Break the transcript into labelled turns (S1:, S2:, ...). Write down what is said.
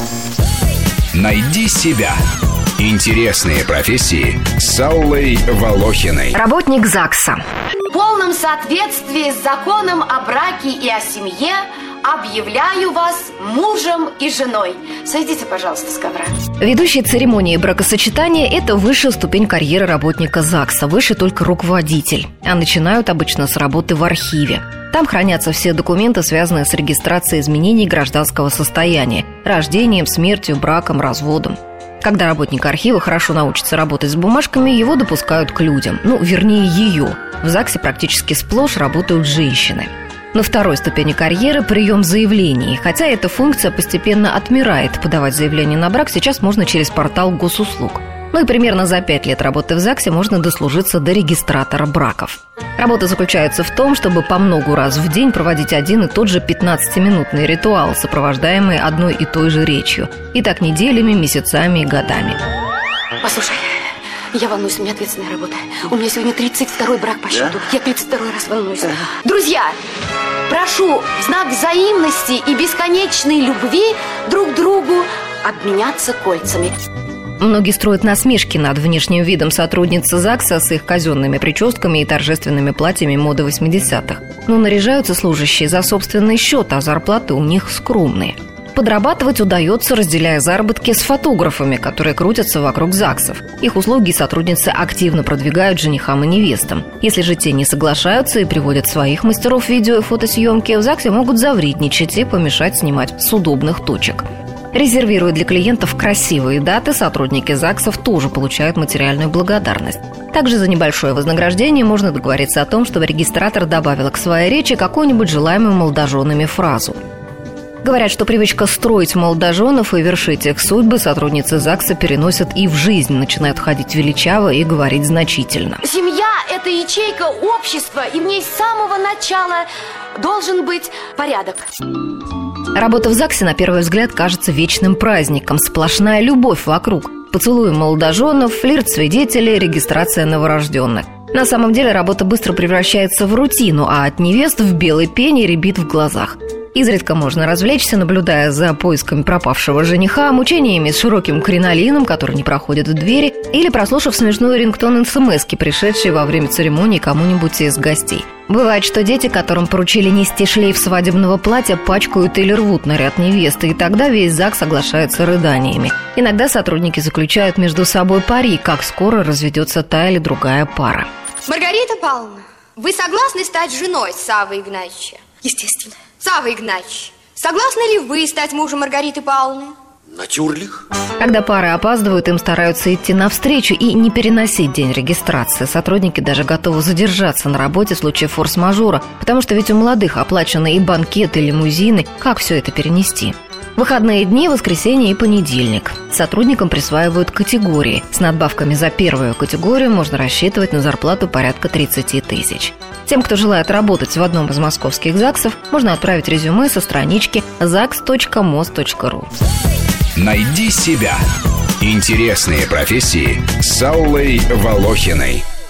S1: Найди себя. Интересные профессии с Аллой Волохиной.
S2: Работник ЗАГСа.
S3: В полном соответствии с законом о браке и о семье объявляю вас мужем и женой. Сойдите, пожалуйста, с ковра.
S2: Ведущий церемонии бракосочетания – это высшая ступень карьеры работника ЗАГСа, выше только руководитель. А начинают обычно с работы в архиве. Там хранятся все документы, связанные с регистрацией изменений гражданского состояния, рождением, смертью, браком, разводом. Когда работник архива хорошо научится работать с бумажками, его допускают к людям. Вернее, ее. В ЗАГСе практически сплошь работают женщины. На второй ступени карьеры – прием заявлений. Хотя эта функция постепенно отмирает. Подавать заявление на брак сейчас можно через портал госуслуг. И примерно за 5 лет работы в ЗАГСе можно дослужиться до регистратора браков. Работа заключается в том, чтобы по многу раз в день проводить один и тот же 15-минутный ритуал, сопровождаемый одной и той же речью. И так неделями, месяцами и годами.
S3: Послушай, я волнуюсь, у меня ответственная работа. У меня сегодня 32-й брак по счету. Я 32-й раз волнуюсь. Друзья, прошу в знак взаимности и бесконечной любви друг другу обменяться кольцами.
S2: Многие строят насмешки над внешним видом сотрудницы ЗАГСа с их казенными прическами и торжественными платьями моды 80-х. Но наряжаются служащие за собственный счет, а зарплаты у них скромные. Подрабатывать удается, разделяя заработки с фотографами, которые крутятся вокруг ЗАГСов. Их услуги сотрудницы активно продвигают женихам и невестам. Если же те не соглашаются и приводят своих мастеров видео и фотосъемки, в ЗАГСе могут завредничать и помешать снимать с удобных точек. Резервируя для клиентов красивые даты, сотрудники ЗАГСов тоже получают материальную благодарность. Также за небольшое вознаграждение можно договориться о том, чтобы регистратор добавила к своей речи какую-нибудь желаемую молодоженами фразу. Говорят, что привычка строить молодоженов и вершить их судьбы сотрудницы ЗАГСа переносят и в жизнь, начинают ходить величаво и говорить значительно.
S3: Семья – это ячейка общества, и в ней с самого начала должен быть порядок.
S2: Работа в ЗАГСе на первый взгляд кажется вечным праздником, сплошная любовь вокруг. Поцелуи молодоженов, флирт свидетелей, регистрация новорожденных. На самом деле работа быстро превращается в рутину, а от невест в белой пене рябит в глазах. Изредка можно развлечься, наблюдая за поисками пропавшего жениха, мучениями с широким кринолином, который не проходит в двери, или прослушав смешной рингтон СМС-ки, пришедшей во время церемонии кому-нибудь из гостей. Бывает, что дети, которым поручили нести шлейф свадебного платья, пачкают или рвут наряд невесты, и тогда весь ЗАГС соглашается рыданиями. Иногда сотрудники заключают между собой пари, как скоро разведется та или другая пара.
S4: Маргарита Павловна, вы согласны стать женой Саввы Игнатьевича?
S3: Естественно.
S4: Савва Игнатьевич, согласны ли вы стать мужем Маргариты Павловны?
S5: Натюрлих.
S2: Когда пары опаздывают, им стараются идти навстречу и не переносить день регистрации. Сотрудники даже готовы задержаться на работе в случае форс-мажора, потому что ведь у молодых оплачены и банкеты, и лимузины. Как все это перенести? Выходные дни, воскресенье и понедельник. Сотрудникам присваивают категории. С надбавками за первую категорию можно рассчитывать на зарплату порядка 30 тысяч. Тем, кто желает работать в одном из московских ЗАГСов, можно отправить резюме со странички zags.mos.ru.
S1: Найди себя. Интересные профессии с Аллой Волохиной.